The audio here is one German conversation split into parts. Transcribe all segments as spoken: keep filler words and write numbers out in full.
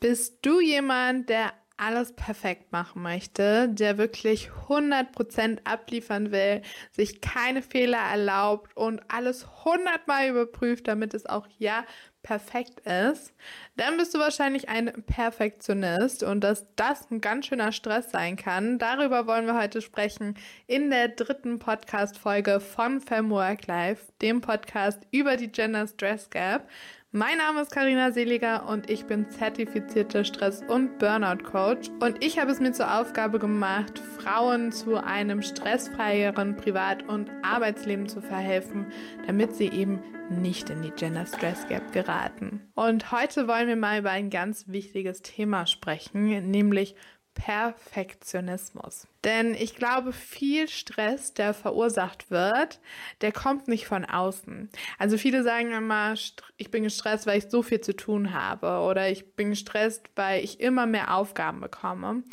Bist du jemand, der alles perfekt machen möchte, der wirklich hundert Prozent abliefern will, sich keine Fehler erlaubt und alles hundertmal überprüft, damit es auch ja perfekt ist, dann bist du wahrscheinlich ein Perfektionist und dass das ein ganz schöner Stress sein kann, darüber wollen wir heute sprechen in der dritten Podcast-Folge von Femwork Life, dem Podcast über die Gender Stress Gap. Mein Name ist Carina Seliger und ich bin zertifizierte Stress- und Burnout-Coach und ich habe es mir zur Aufgabe gemacht, Frauen zu einem stressfreieren Privat- und Arbeitsleben zu verhelfen, damit sie eben nicht in die Gender Stress Gap geraten. Und heute wollen wir mal über ein ganz wichtiges Thema sprechen, nämlich Perfektionismus. Denn ich glaube, viel Stress, der verursacht wird, der kommt nicht von außen. Also viele sagen immer, ich bin gestresst, weil ich so viel zu tun habe oder ich bin gestresst, weil ich immer mehr Aufgaben bekomme.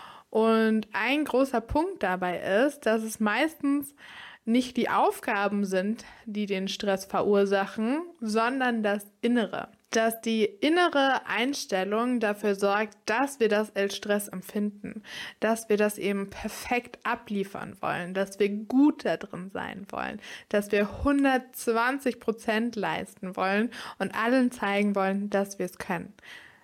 Und ein großer Punkt dabei ist, dass es meistens nicht die Aufgaben sind, die den Stress verursachen, sondern das Innere. Dass die innere Einstellung dafür sorgt, dass wir das als Stress empfinden, dass wir das eben perfekt abliefern wollen, dass wir gut da drin sein wollen, dass wir hundertzwanzig Prozent leisten wollen und allen zeigen wollen, dass wir es können.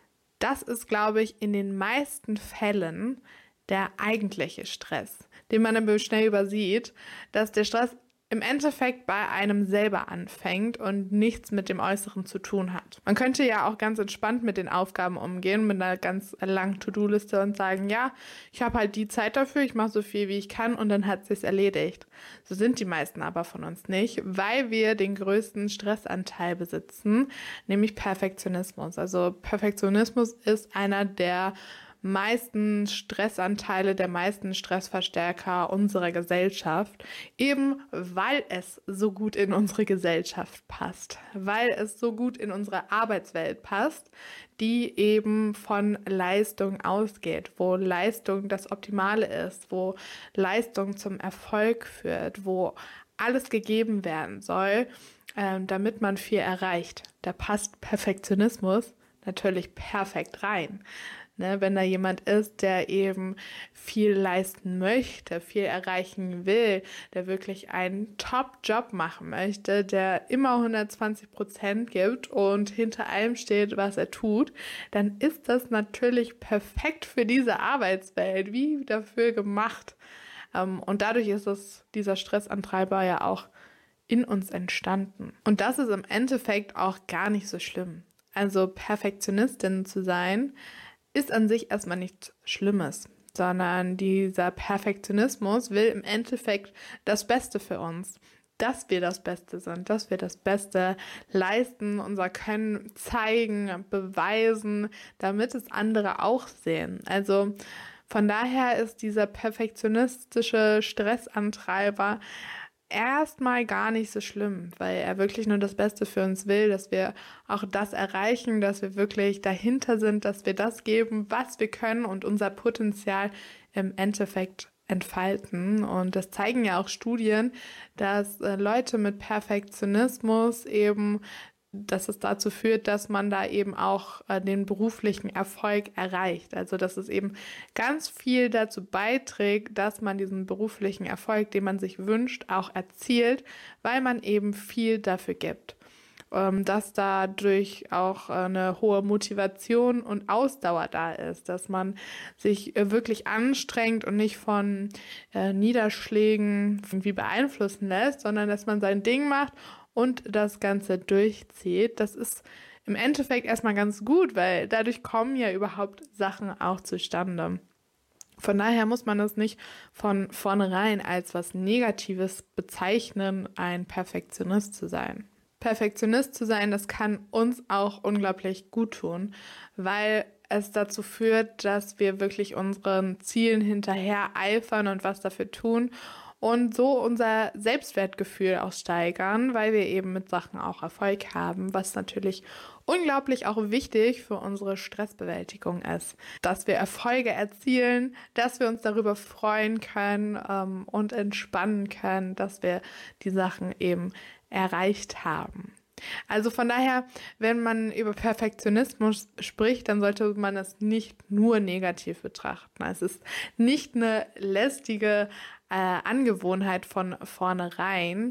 Das ist, glaube ich, in den meisten Fällen der eigentliche Stress, den man dann schnell übersieht, dass der Stress im Endeffekt bei einem selber anfängt und nichts mit dem Äußeren zu tun hat. Man könnte ja auch ganz entspannt mit den Aufgaben umgehen, mit einer ganz langen To-Do-Liste und sagen, ja, ich habe halt die Zeit dafür, ich mache so viel, wie ich kann und dann hat es sich erledigt. So sind die meisten aber von uns nicht, weil wir den größten Stressanteil besitzen, nämlich Perfektionismus. Also Perfektionismus ist einer der meisten Stressanteile, der meisten Stressverstärker unserer Gesellschaft, eben weil es so gut in unsere Gesellschaft passt, weil es so gut in unsere Arbeitswelt passt, die eben von Leistung ausgeht, wo Leistung das Optimale ist, wo Leistung zum Erfolg führt, wo alles gegeben werden soll, äh, damit man viel erreicht. Da passt Perfektionismus natürlich perfekt rein. Ne, wenn da jemand ist, der eben viel leisten möchte, viel erreichen will, der wirklich einen Top-Job machen möchte, der immer hundertzwanzig Prozent gibt und hinter allem steht, was er tut, dann ist das natürlich perfekt für diese Arbeitswelt, wie dafür gemacht. Und dadurch ist es, dieser Stressantreiber ja auch in uns entstanden. Und das ist im Endeffekt auch gar nicht so schlimm. Also Perfektionistin zu sein, ist an sich erstmal nichts Schlimmes, sondern dieser Perfektionismus will im Endeffekt das Beste für uns, dass wir das Beste sind, dass wir das Beste leisten, unser Können zeigen, beweisen, damit es andere auch sehen. Also von daher ist dieser perfektionistische Stressantreiber erstmal gar nicht so schlimm, weil er wirklich nur das Beste für uns will, dass wir auch das erreichen, dass wir wirklich dahinter sind, dass wir das geben, was wir können und unser Potenzial im Endeffekt entfalten. Und das zeigen ja auch Studien, dass äh, Leute mit Perfektionismus eben, dass es dazu führt, dass man da eben auch äh, den beruflichen Erfolg erreicht. Also dass es eben ganz viel dazu beiträgt, dass man diesen beruflichen Erfolg, den man sich wünscht, auch erzielt, weil man eben viel dafür gibt. Ähm, dass dadurch auch eine hohe Motivation und Ausdauer da ist, dass man sich äh, wirklich anstrengt und nicht von äh, Niederschlägen irgendwie beeinflussen lässt, sondern dass man sein Ding macht und das Ganze durchzieht. Das ist im Endeffekt erstmal ganz gut, weil dadurch kommen ja überhaupt Sachen auch zustande. Von daher muss man das nicht von vornherein als was Negatives bezeichnen, ein Perfektionist zu sein. Perfektionist zu sein, das kann uns auch unglaublich gut tun, weil es dazu führt, dass wir wirklich unseren Zielen hinterher eifern und was dafür tun und so unser Selbstwertgefühl auch steigern, weil wir eben mit Sachen auch Erfolg haben, was natürlich unglaublich auch wichtig für unsere Stressbewältigung ist, dass wir Erfolge erzielen, dass wir uns darüber freuen können ähm, und entspannen können, dass wir die Sachen eben erreicht haben. Also von daher, wenn man über Perfektionismus spricht, dann sollte man es nicht nur negativ betrachten. Es ist nicht eine lästige äh, Angewohnheit von vornherein,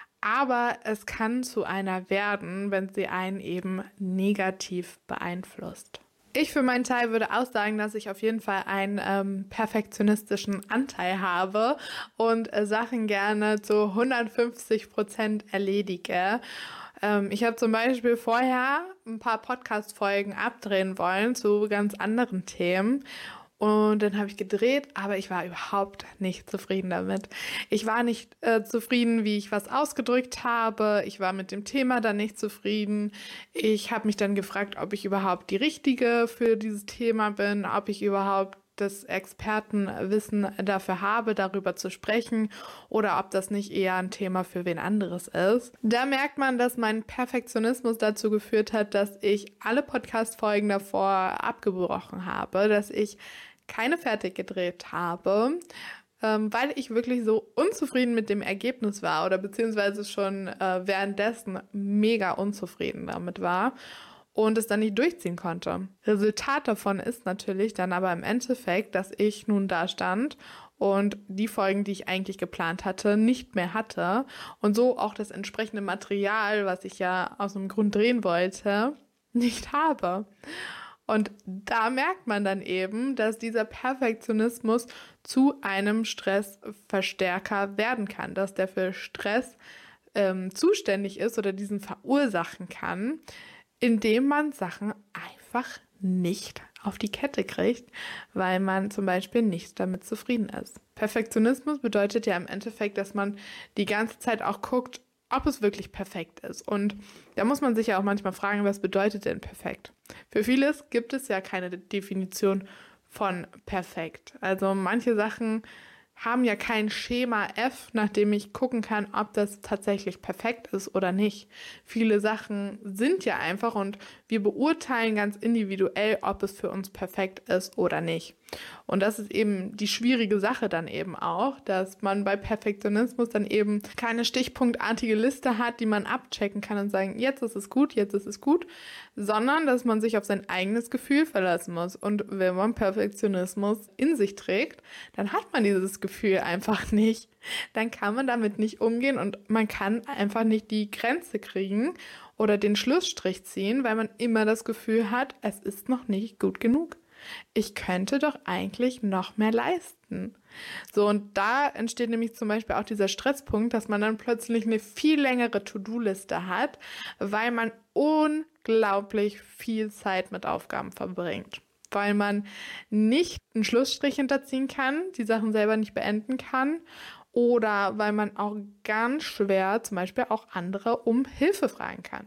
aber es kann zu einer werden, wenn sie einen eben negativ beeinflusst. Ich für meinen Teil würde auch sagen, dass ich auf jeden Fall einen ähm, perfektionistischen Anteil habe und äh, Sachen gerne zu hundertfünfzig Prozent erledige. Ähm, ich habe zum Beispiel vorher ein paar Podcast-Folgen abdrehen wollen zu ganz anderen Themen. Und dann habe ich gedreht, aber ich war überhaupt nicht zufrieden damit. Ich war nicht äh, zufrieden, wie ich was ausgedrückt habe. Ich war mit dem Thema dann nicht zufrieden. Ich habe mich dann gefragt, ob ich überhaupt die Richtige für dieses Thema bin, ob ich überhaupt das Expertenwissen dafür habe, darüber zu sprechen oder ob das nicht eher ein Thema für wen anderes ist. Da merkt man, dass mein Perfektionismus dazu geführt hat, dass ich alle Podcast-Folgen davor abgebrochen habe, dass ich keine fertig gedreht habe, ähm, weil ich wirklich so unzufrieden mit dem Ergebnis war oder beziehungsweise schon äh, währenddessen mega unzufrieden damit war und es dann nicht durchziehen konnte. Resultat davon ist natürlich dann aber im Endeffekt, dass ich nun da stand und die Folgen, die ich eigentlich geplant hatte, nicht mehr hatte und so auch das entsprechende Material, was ich ja aus einem Grund drehen wollte, nicht habe. Und da merkt man dann eben, dass dieser Perfektionismus zu einem Stressverstärker werden kann, dass der für Stress ähm, zuständig ist oder diesen verursachen kann, indem man Sachen einfach nicht auf die Kette kriegt, weil man zum Beispiel nicht damit zufrieden ist. Perfektionismus bedeutet ja im Endeffekt, dass man die ganze Zeit auch guckt, ob es wirklich perfekt ist. Und da muss man sich ja auch manchmal fragen, was bedeutet denn perfekt? Für vieles gibt es ja keine Definition von perfekt. Also manche Sachen haben ja kein Schema F, nach dem ich gucken kann, ob das tatsächlich perfekt ist oder nicht. Viele Sachen sind ja einfach und wir beurteilen ganz individuell, ob es für uns perfekt ist oder nicht. Und das ist eben die schwierige Sache dann eben auch, dass man bei Perfektionismus dann eben keine stichpunktartige Liste hat, die man abchecken kann und sagen, jetzt ist es gut, jetzt ist es gut, sondern dass man sich auf sein eigenes Gefühl verlassen muss. Und wenn man Perfektionismus in sich trägt, dann hat man dieses Gefühl einfach nicht. Dann kann man damit nicht umgehen und man kann einfach nicht die Grenze kriegen oder den Schlussstrich ziehen, weil man immer das Gefühl hat, es ist noch nicht gut genug. Ich könnte doch eigentlich noch mehr leisten. So, und da entsteht nämlich zum Beispiel auch dieser Stresspunkt, dass man dann plötzlich eine viel längere To-Do-Liste hat, weil man unglaublich viel Zeit mit Aufgaben verbringt. Weil man nicht einen Schlussstrich hinterziehen kann, die Sachen selber nicht beenden kann oder weil man auch ganz schwer zum Beispiel auch andere um Hilfe fragen kann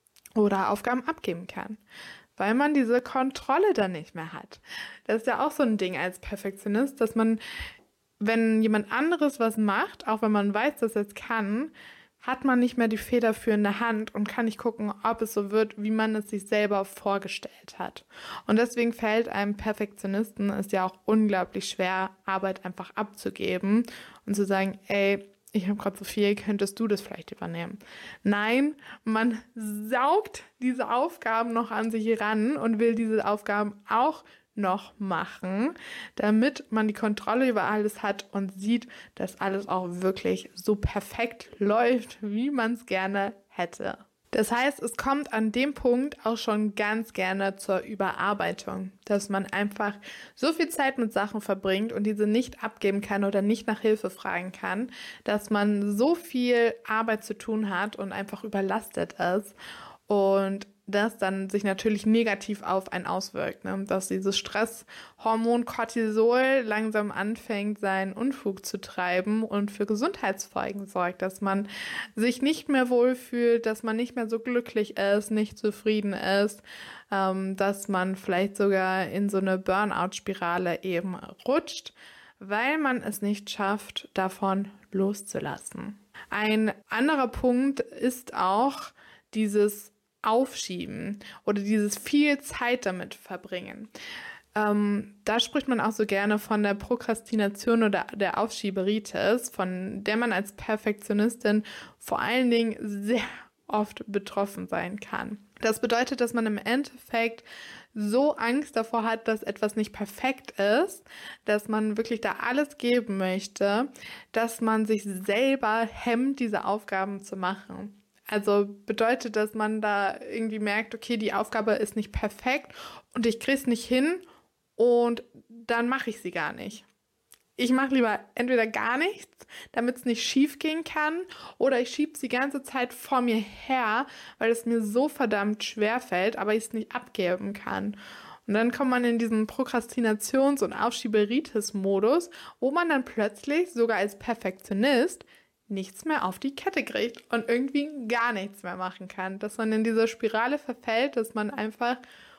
oder Aufgaben abgeben kann, weil man diese Kontrolle dann nicht mehr hat. Das ist ja auch so ein Ding als Perfektionist, dass man, wenn jemand anderes was macht, auch wenn man weiß, dass er es kann, hat man nicht mehr die federführende Hand und kann nicht gucken, ob es so wird, wie man es sich selber vorgestellt hat. Und deswegen fällt einem Perfektionisten es ja auch unglaublich schwer, Arbeit einfach abzugeben und zu sagen, ey, ich habe gerade so viel, könntest du das vielleicht übernehmen? Nein, man saugt diese Aufgaben noch an sich ran und will diese Aufgaben auch noch machen, damit man die Kontrolle über alles hat und sieht, dass alles auch wirklich so perfekt läuft, wie man es gerne hätte. Das heißt, es kommt an dem Punkt auch schon ganz gerne zur Überarbeitung, dass man einfach so viel Zeit mit Sachen verbringt und diese nicht abgeben kann oder nicht nach Hilfe fragen kann, dass man so viel Arbeit zu tun hat und einfach überlastet ist und das dann sich natürlich negativ auf einen auswirkt, ne? Dass dieses Stresshormon Cortisol langsam anfängt, seinen Unfug zu treiben und für Gesundheitsfolgen sorgt, dass man sich nicht mehr wohlfühlt, dass man nicht mehr so glücklich ist, nicht zufrieden ist, ähm, dass man vielleicht sogar in so eine Burnout-Spirale eben rutscht, weil man es nicht schafft, davon loszulassen. Ein anderer Punkt ist auch dieses Aufschieben oder dieses viel Zeit damit verbringen. Ähm, da spricht man auch so gerne von der Prokrastination oder der Aufschieberitis, von der man als Perfektionistin vor allen Dingen sehr oft betroffen sein kann. Das bedeutet, dass man im Endeffekt so Angst davor hat, dass etwas nicht perfekt ist, dass man wirklich da alles geben möchte, dass man sich selber hemmt, diese Aufgaben zu machen. Also bedeutet, dass man da irgendwie merkt, okay, die Aufgabe ist nicht perfekt und ich kriege es nicht hin und dann mache ich sie gar nicht. Ich mache lieber entweder gar nichts, damit es nicht schief gehen kann, oder ich schiebe es die ganze Zeit vor mir her, weil es mir so verdammt schwer fällt, aber ich es nicht abgeben kann. Und dann kommt man in diesen Prokrastinations- und Aufschieberitis-Modus, wo man dann plötzlich sogar als Perfektionist nichts mehr auf die Kette kriegt und irgendwie gar nichts mehr machen kann. Dass man in diese Spirale verfällt, dass man einfach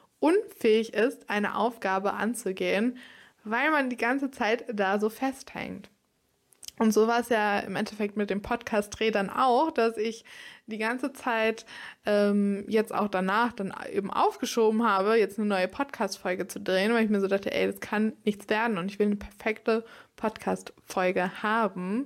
unfähig ist, eine Aufgabe anzugehen, weil man die ganze Zeit da so festhängt. Und so war es ja im Endeffekt mit dem Podcast-Dreh dann auch, dass ich die ganze Zeit ähm, jetzt auch danach dann eben aufgeschoben habe, jetzt eine neue Podcast-Folge zu drehen, weil ich mir so dachte, ey, das kann nichts werden und ich will eine perfekte Podcast-Folge haben.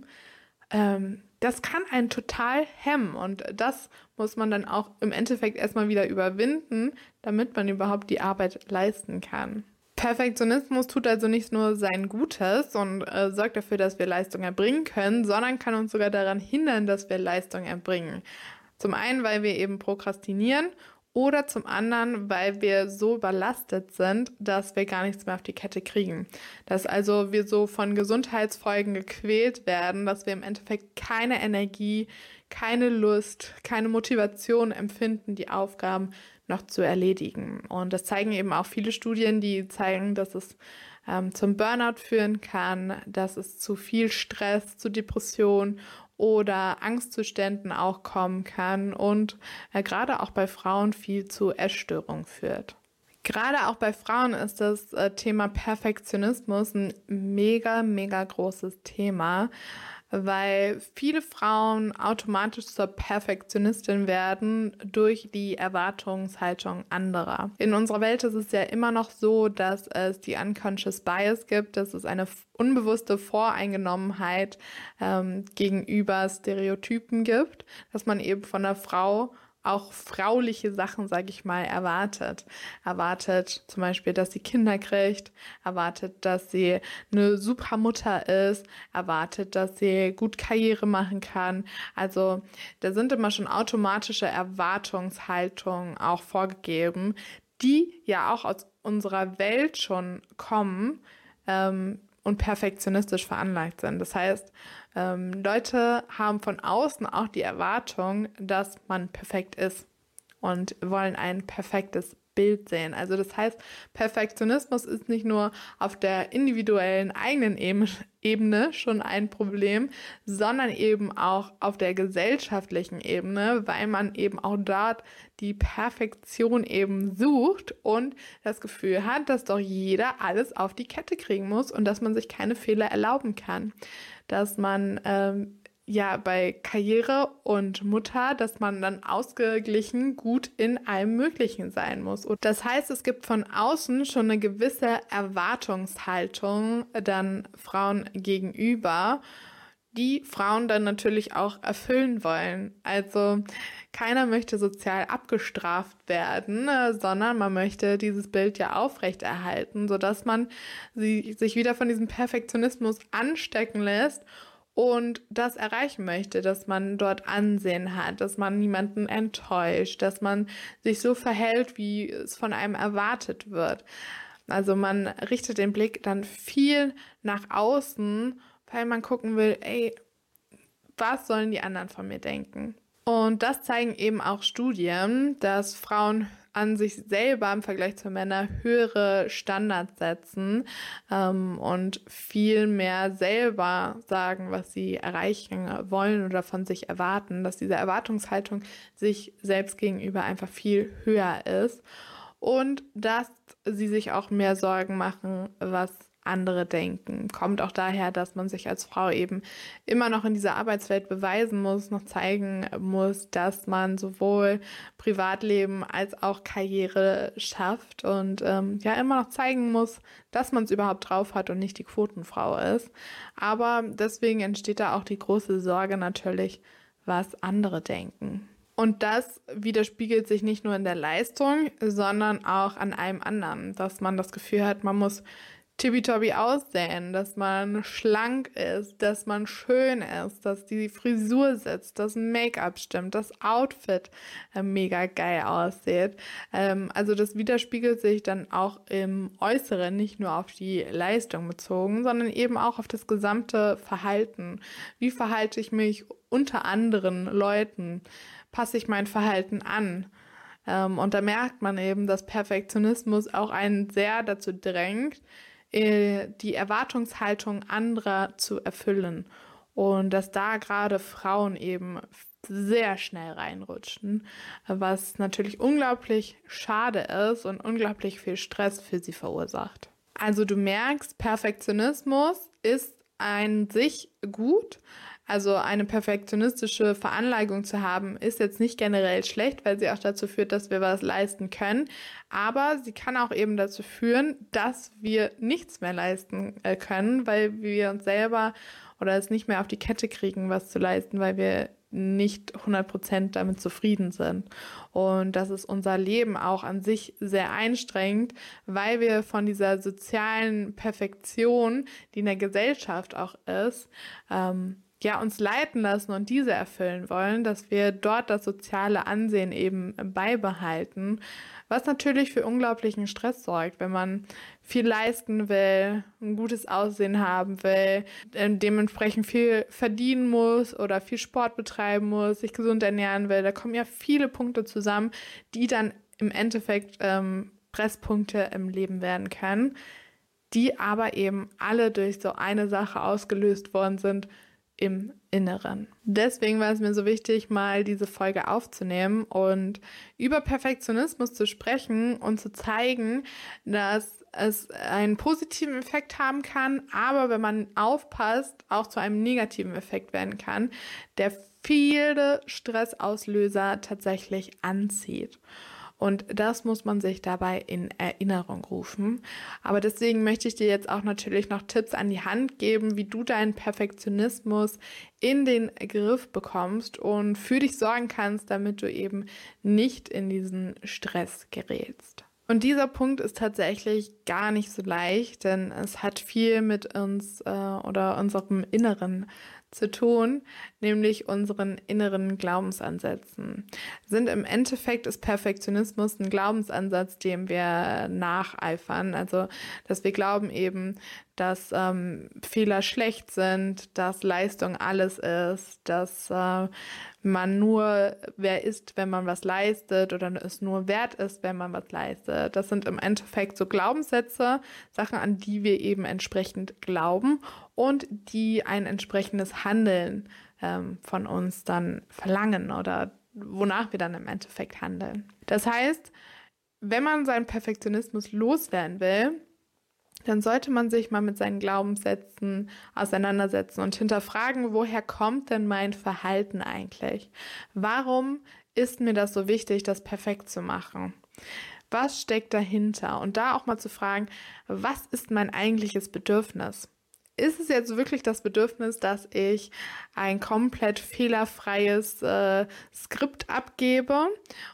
Ähm, das kann einen total hemmen und das muss man dann auch im Endeffekt erstmal wieder überwinden, damit man überhaupt die Arbeit leisten kann. Perfektionismus tut also nicht nur sein Gutes und äh, sorgt dafür, dass wir Leistung erbringen können, sondern kann uns sogar daran hindern, dass wir Leistung erbringen. Zum einen, weil wir eben prokrastinieren oder zum anderen, weil wir so überlastet sind, dass wir gar nichts mehr auf die Kette kriegen. Dass also wir so von Gesundheitsfolgen gequält werden, dass wir im Endeffekt keine Energie, keine Lust, keine Motivation empfinden, die Aufgaben noch zu erledigen. Und das zeigen eben auch viele Studien, die zeigen, dass es ähm, zum Burnout führen kann, dass es zu viel Stress, zu Depressionen oder Angstzuständen auch kommen kann und äh, gerade auch bei Frauen viel zu Essstörungen führt. Gerade auch bei Frauen ist das äh, Thema Perfektionismus ein mega, mega großes Thema, weil viele Frauen automatisch zur Perfektionistin werden durch die Erwartungshaltung anderer. In unserer Welt ist es ja immer noch so, dass es die Unconscious Bias gibt, dass es eine unbewusste Voreingenommenheit ähm, gegenüber Stereotypen gibt, dass man eben von einer Frau auch frauliche Sachen, sage ich mal, erwartet. Erwartet zum Beispiel, dass sie Kinder kriegt, erwartet, dass sie eine super Mutter ist, erwartet, dass sie gut Karriere machen kann. Also da sind immer schon automatische Erwartungshaltungen auch vorgegeben, die ja auch aus unserer Welt schon kommen, ähm, und perfektionistisch veranlagt sind. Das heißt, ähm, Leute haben von außen auch die Erwartung, dass man perfekt ist und wollen ein perfektes Bild sehen. Also das heißt, Perfektionismus ist nicht nur auf der individuellen eigenen Ebene schon ein Problem, sondern eben auch auf der gesellschaftlichen Ebene, weil man eben auch dort die Perfektion eben sucht und das Gefühl hat, dass doch jeder alles auf die Kette kriegen muss und dass man sich keine Fehler erlauben kann. Dass man ähm, ja bei Karriere und Mutter, dass man dann ausgeglichen gut in allem Möglichen sein muss. Und das heißt, es gibt von außen schon eine gewisse Erwartungshaltung dann Frauen gegenüber, die Frauen dann natürlich auch erfüllen wollen. Also keiner möchte sozial abgestraft werden, sondern man möchte dieses Bild ja aufrechterhalten, sodass man sie, sich wieder von diesem Perfektionismus anstecken lässt und das erreichen möchte, dass man dort Ansehen hat, dass man niemanden enttäuscht, dass man sich so verhält, wie es von einem erwartet wird. Also man richtet den Blick dann viel nach außen, weil man gucken will, ey, was sollen die anderen von mir denken? Und das zeigen eben auch Studien, dass Frauen an sich selber im Vergleich zu Männern höhere Standards setzen ähm, und viel mehr selber sagen, was sie erreichen wollen oder von sich erwarten, dass diese Erwartungshaltung sich selbst gegenüber einfach viel höher ist und dass sie sich auch mehr Sorgen machen, was andere denken. Kommt auch daher, dass man sich als Frau eben immer noch in dieser Arbeitswelt beweisen muss, noch zeigen muss, dass man sowohl Privatleben als auch Karriere schafft und ähm, ja immer noch zeigen muss, dass man es überhaupt drauf hat und nicht die Quotenfrau ist. Aber deswegen entsteht da auch die große Sorge natürlich, was andere denken. Und das widerspiegelt sich nicht nur in der Leistung, sondern auch an allem anderen, dass man das Gefühl hat, man muss tippitoppi aussehen, dass man schlank ist, dass man schön ist, dass die Frisur sitzt, das Make-up stimmt, das Outfit äh, mega geil aussieht. Ähm, also das widerspiegelt sich dann auch im Äußeren, nicht nur auf die Leistung bezogen, sondern eben auch auf das gesamte Verhalten. Wie verhalte ich mich unter anderen Leuten? Passe ich mein Verhalten an? Ähm, und da merkt man eben, dass Perfektionismus auch einen sehr dazu drängt, die Erwartungshaltung anderer zu erfüllen. Und dass da gerade Frauen eben sehr schnell reinrutschen, was natürlich unglaublich schade ist und unglaublich viel Stress für sie verursacht. Also du merkst, Perfektionismus ist an sich gut. Also eine perfektionistische Veranlagung zu haben, ist jetzt nicht generell schlecht, weil sie auch dazu führt, dass wir was leisten können. Aber sie kann auch eben dazu führen, dass wir nichts mehr leisten können, weil wir uns selber oder es nicht mehr auf die Kette kriegen, was zu leisten, weil wir nicht hundert Prozent damit zufrieden sind. Und das ist unser Leben auch an sich sehr einstrengend, weil wir von dieser sozialen Perfektion, die in der Gesellschaft auch ist, ähm, ja, uns leiten lassen und diese erfüllen wollen, dass wir dort das soziale Ansehen eben beibehalten, was natürlich für unglaublichen Stress sorgt, wenn man viel leisten will, ein gutes Aussehen haben will, dementsprechend viel verdienen muss oder viel Sport betreiben muss, sich gesund ernähren will. Da kommen ja viele Punkte zusammen, die dann im Endeffekt ähm, Presspunkte im Leben werden können, die aber eben alle durch so eine Sache ausgelöst worden sind, im Inneren. Deswegen war es mir so wichtig, mal diese Folge aufzunehmen und über Perfektionismus zu sprechen und zu zeigen, dass es einen positiven Effekt haben kann, aber wenn man aufpasst, auch zu einem negativen Effekt werden kann, der viele Stressauslöser tatsächlich anzieht. Und das muss man sich dabei in Erinnerung rufen. Aber deswegen möchte ich dir jetzt auch natürlich noch Tipps an die Hand geben, wie du deinen Perfektionismus in den Griff bekommst und für dich sorgen kannst, damit du eben nicht in diesen Stress gerätst. Und dieser Punkt ist tatsächlich gar nicht so leicht, denn es hat viel mit uns äh, oder unserem Inneren zu tun, nämlich unseren inneren Glaubensansätzen. Sind im Endeffekt ist Perfektionismus ein Glaubensansatz, dem wir nacheifern. Also, dass wir glauben eben, dass ähm, Fehler schlecht sind, dass Leistung alles ist, dass äh, man nur wer ist, wenn man was leistet oder es nur wert ist, wenn man was leistet. Das sind im Endeffekt so Glaubenssätze, Sachen, an die wir eben entsprechend glauben und die ein entsprechendes Handeln ähm, von uns dann verlangen oder wonach wir dann im Endeffekt handeln. Das heißt, wenn man seinen Perfektionismus loswerden will, dann sollte man sich mal mit seinen Glaubenssätzen auseinandersetzen und hinterfragen, woher kommt denn mein Verhalten eigentlich? Warum ist mir das so wichtig, das perfekt zu machen? Was steckt dahinter? Und da auch mal zu fragen, was ist mein eigentliches Bedürfnis? Ist es jetzt wirklich das Bedürfnis, dass ich ein komplett fehlerfreies äh, Skript abgebe,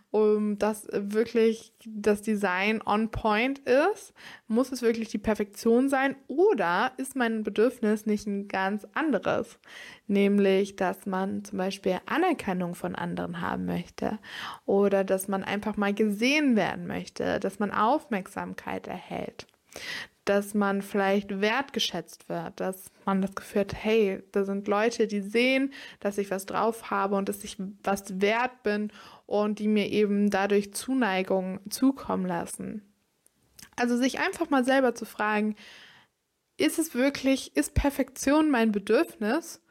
um dass wirklich das Design on point ist? Muss es wirklich die Perfektion sein? Oder ist mein Bedürfnis nicht ein ganz anderes? Nämlich, dass man zum Beispiel Anerkennung von anderen haben möchte oder dass man einfach mal gesehen werden möchte, dass man Aufmerksamkeit erhält. Dass man vielleicht wertgeschätzt wird, dass man das Gefühl hat, hey, da sind Leute, die sehen, dass ich was drauf habe und dass ich was wert bin und die mir eben dadurch Zuneigung zukommen lassen. Also sich einfach mal selber zu fragen, ist es wirklich, ist Perfektion mein Bedürfnis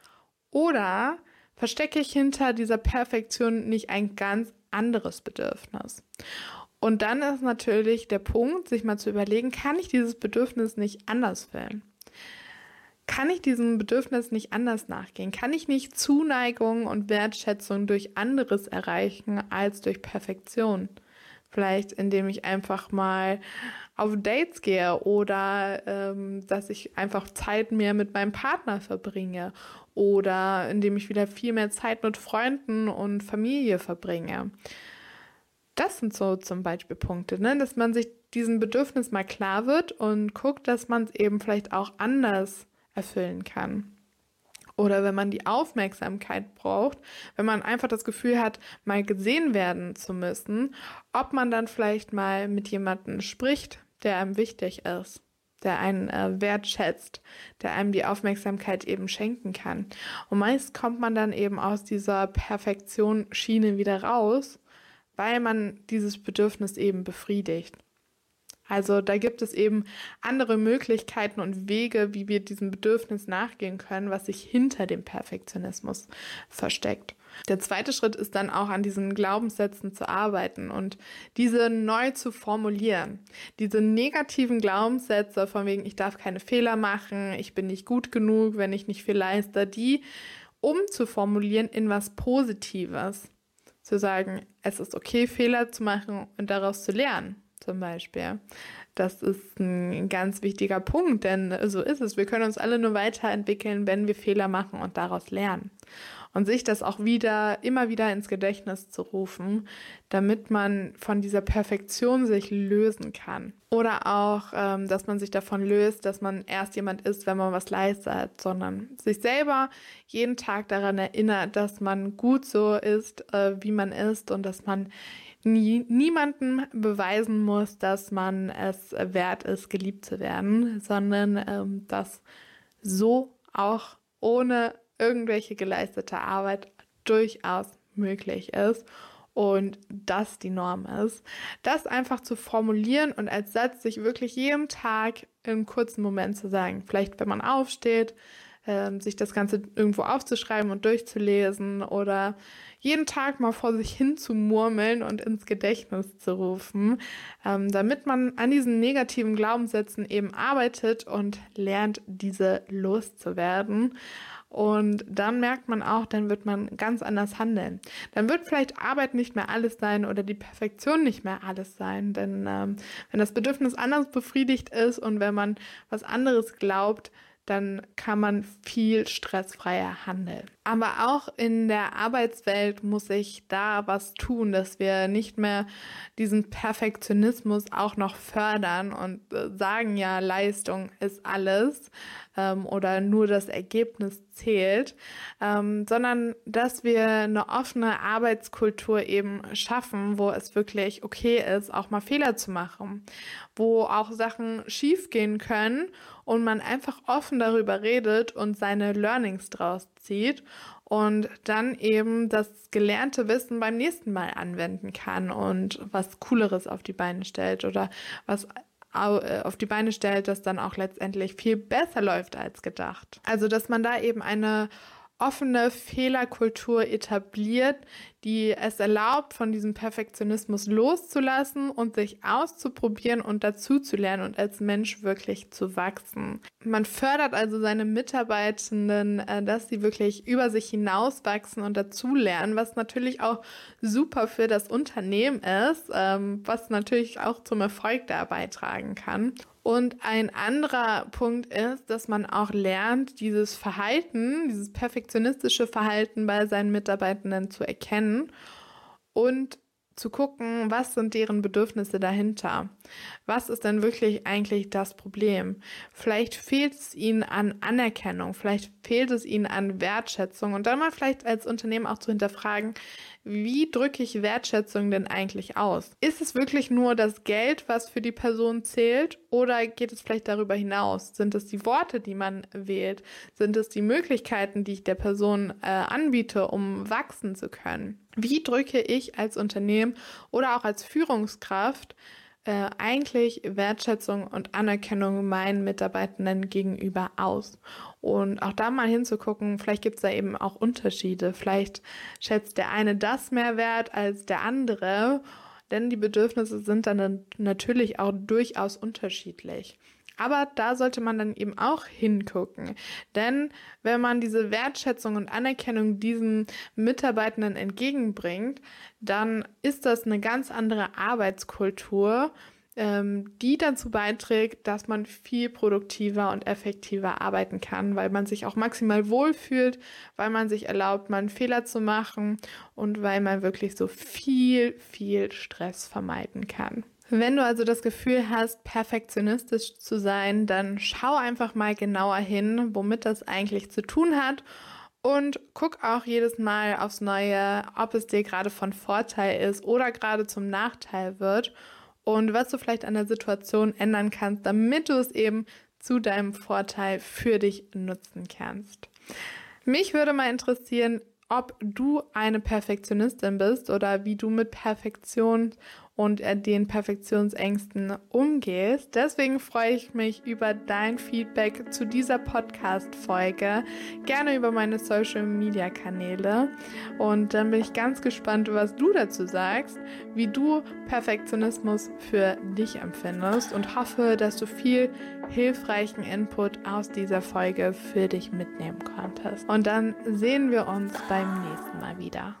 oder verstecke ich hinter dieser Perfektion nicht ein ganz anderes Bedürfnis? Und dann ist natürlich der Punkt, sich mal zu überlegen, kann ich dieses Bedürfnis nicht anders füllen? Kann ich diesem Bedürfnis nicht anders nachgehen? Kann ich nicht Zuneigung und Wertschätzung durch anderes erreichen als durch Perfektion? Vielleicht indem ich einfach mal auf Dates gehe oder ähm, dass ich einfach Zeit mehr mit meinem Partner verbringe oder indem ich wieder viel mehr Zeit mit Freunden und Familie verbringe. Das sind so zum Beispiel Punkte, ne? Dass man sich diesen Bedürfnis mal klar wird und guckt, dass man es eben vielleicht auch anders erfüllen kann. Oder wenn man die Aufmerksamkeit braucht, wenn man einfach das Gefühl hat, mal gesehen werden zu müssen, ob man dann vielleicht mal mit jemandem spricht, der einem wichtig ist, der einen äh, wertschätzt, der einem die Aufmerksamkeit eben schenken kann. Und meist kommt man dann eben aus dieser Perfektion-Schiene wieder raus, weil man dieses Bedürfnis eben befriedigt. Also da gibt es eben andere Möglichkeiten und Wege, wie wir diesem Bedürfnis nachgehen können, was sich hinter dem Perfektionismus versteckt. Der zweite Schritt ist dann auch an diesen Glaubenssätzen zu arbeiten und diese neu zu formulieren. Diese negativen Glaubenssätze von wegen, ich darf keine Fehler machen, ich bin nicht gut genug, wenn ich nicht viel leiste, die umzuformulieren in was Positives. Zu sagen, es ist okay, Fehler zu machen und daraus zu lernen. Zum Beispiel. Das ist ein ganz wichtiger Punkt, denn so ist es. Wir können uns alle nur weiterentwickeln, wenn wir Fehler machen und daraus lernen. Und sich das auch wieder, immer wieder ins Gedächtnis zu rufen, damit man von dieser Perfektion sich lösen kann. Oder auch, ähm, dass man sich davon löst, dass man erst jemand ist, wenn man was leistet, sondern sich selber jeden Tag daran erinnert, dass man gut so ist, äh, wie man ist und dass man Nie, niemandem beweisen muss, dass man es wert ist, geliebt zu werden, sondern ähm, dass so auch ohne irgendwelche geleistete Arbeit durchaus möglich ist und das die Norm ist. Das einfach zu formulieren und als Satz sich wirklich jeden Tag in einem kurzen Moment zu sagen, vielleicht wenn man aufsteht, äh, sich das Ganze irgendwo aufzuschreiben und durchzulesen oder jeden Tag mal vor sich hin zu murmeln und ins Gedächtnis zu rufen, ähm, damit man an diesen negativen Glaubenssätzen eben arbeitet und lernt, diese loszuwerden. Und dann merkt man auch, dann wird man ganz anders handeln. Dann wird vielleicht Arbeit nicht mehr alles sein oder die Perfektion nicht mehr alles sein. Denn ähm, wenn das Bedürfnis anders befriedigt ist und wenn man was anderes glaubt, dann kann man viel stressfreier handeln. Aber auch in der Arbeitswelt muss sich da was tun, dass wir nicht mehr diesen Perfektionismus auch noch fördern und äh, sagen, ja, Leistung ist alles ähm, oder nur das Ergebnis zählt, ähm, sondern dass wir eine offene Arbeitskultur eben schaffen, wo es wirklich okay ist, auch mal Fehler zu machen, wo auch Sachen schiefgehen können und man einfach offen darüber redet und seine Learnings draus zieht und dann eben das gelernte Wissen beim nächsten Mal anwenden kann und was Cooleres auf die Beine stellt oder was auf die Beine stellt, das dann auch letztendlich viel besser läuft als gedacht. Also, dass man da eben eine offene Fehlerkultur etabliert, die es erlaubt, von diesem Perfektionismus loszulassen und sich auszuprobieren und dazuzulernen und als Mensch wirklich zu wachsen. Man fördert also seine Mitarbeitenden, dass sie wirklich über sich hinauswachsen und dazulernen, was natürlich auch super für das Unternehmen ist, was natürlich auch zum Erfolg da beitragen kann. Und ein anderer Punkt ist, dass man auch lernt, dieses Verhalten, dieses perfektionistische Verhalten bei seinen Mitarbeitenden zu erkennen und zu gucken, was sind deren Bedürfnisse dahinter? Was ist denn wirklich eigentlich das Problem? Vielleicht fehlt es ihnen an Anerkennung, vielleicht fehlt es ihnen an Wertschätzung und dann mal vielleicht als Unternehmen auch zu hinterfragen, wie drücke ich Wertschätzung denn eigentlich aus? Ist es wirklich nur das Geld, was für die Person zählt oder geht es vielleicht darüber hinaus? Sind es die Worte, die man wählt? Sind es die Möglichkeiten, die ich der Person äh, anbiete, um wachsen zu können? Wie drücke ich als Unternehmen oder auch als Führungskraft äh, eigentlich Wertschätzung und Anerkennung meinen Mitarbeitenden gegenüber aus? Und auch da mal hinzugucken, vielleicht gibt es da eben auch Unterschiede. Vielleicht schätzt der eine das mehr wert als der andere, denn die Bedürfnisse sind dann natürlich auch durchaus unterschiedlich. Aber da sollte man dann eben auch hingucken, denn wenn man diese Wertschätzung und Anerkennung diesen Mitarbeitenden entgegenbringt, dann ist das eine ganz andere Arbeitskultur, ähm, die dazu beiträgt, dass man viel produktiver und effektiver arbeiten kann, weil man sich auch maximal wohlfühlt, weil man sich erlaubt, mal einen Fehler zu machen und weil man wirklich so viel, viel Stress vermeiden kann. Wenn du also das Gefühl hast, perfektionistisch zu sein, dann schau einfach mal genauer hin, womit das eigentlich zu tun hat. Und guck auch jedes Mal aufs Neue, ob es dir gerade von Vorteil ist oder gerade zum Nachteil wird und was du vielleicht an der Situation ändern kannst, damit du es eben zu deinem Vorteil für dich nutzen kannst. Mich würde mal interessieren, ob du eine Perfektionistin bist oder wie du mit Perfektion und den Perfektionsängsten umgehst. Deswegen freue ich mich über dein Feedback zu dieser Podcast-Folge, gerne über meine Social-Media-Kanäle. Und dann bin ich ganz gespannt, was du dazu sagst, wie du Perfektionismus für dich empfindest und hoffe, dass du viel hilfreichen Input aus dieser Folge für dich mitnehmen konntest. Und dann sehen wir uns beim nächsten Mal wieder.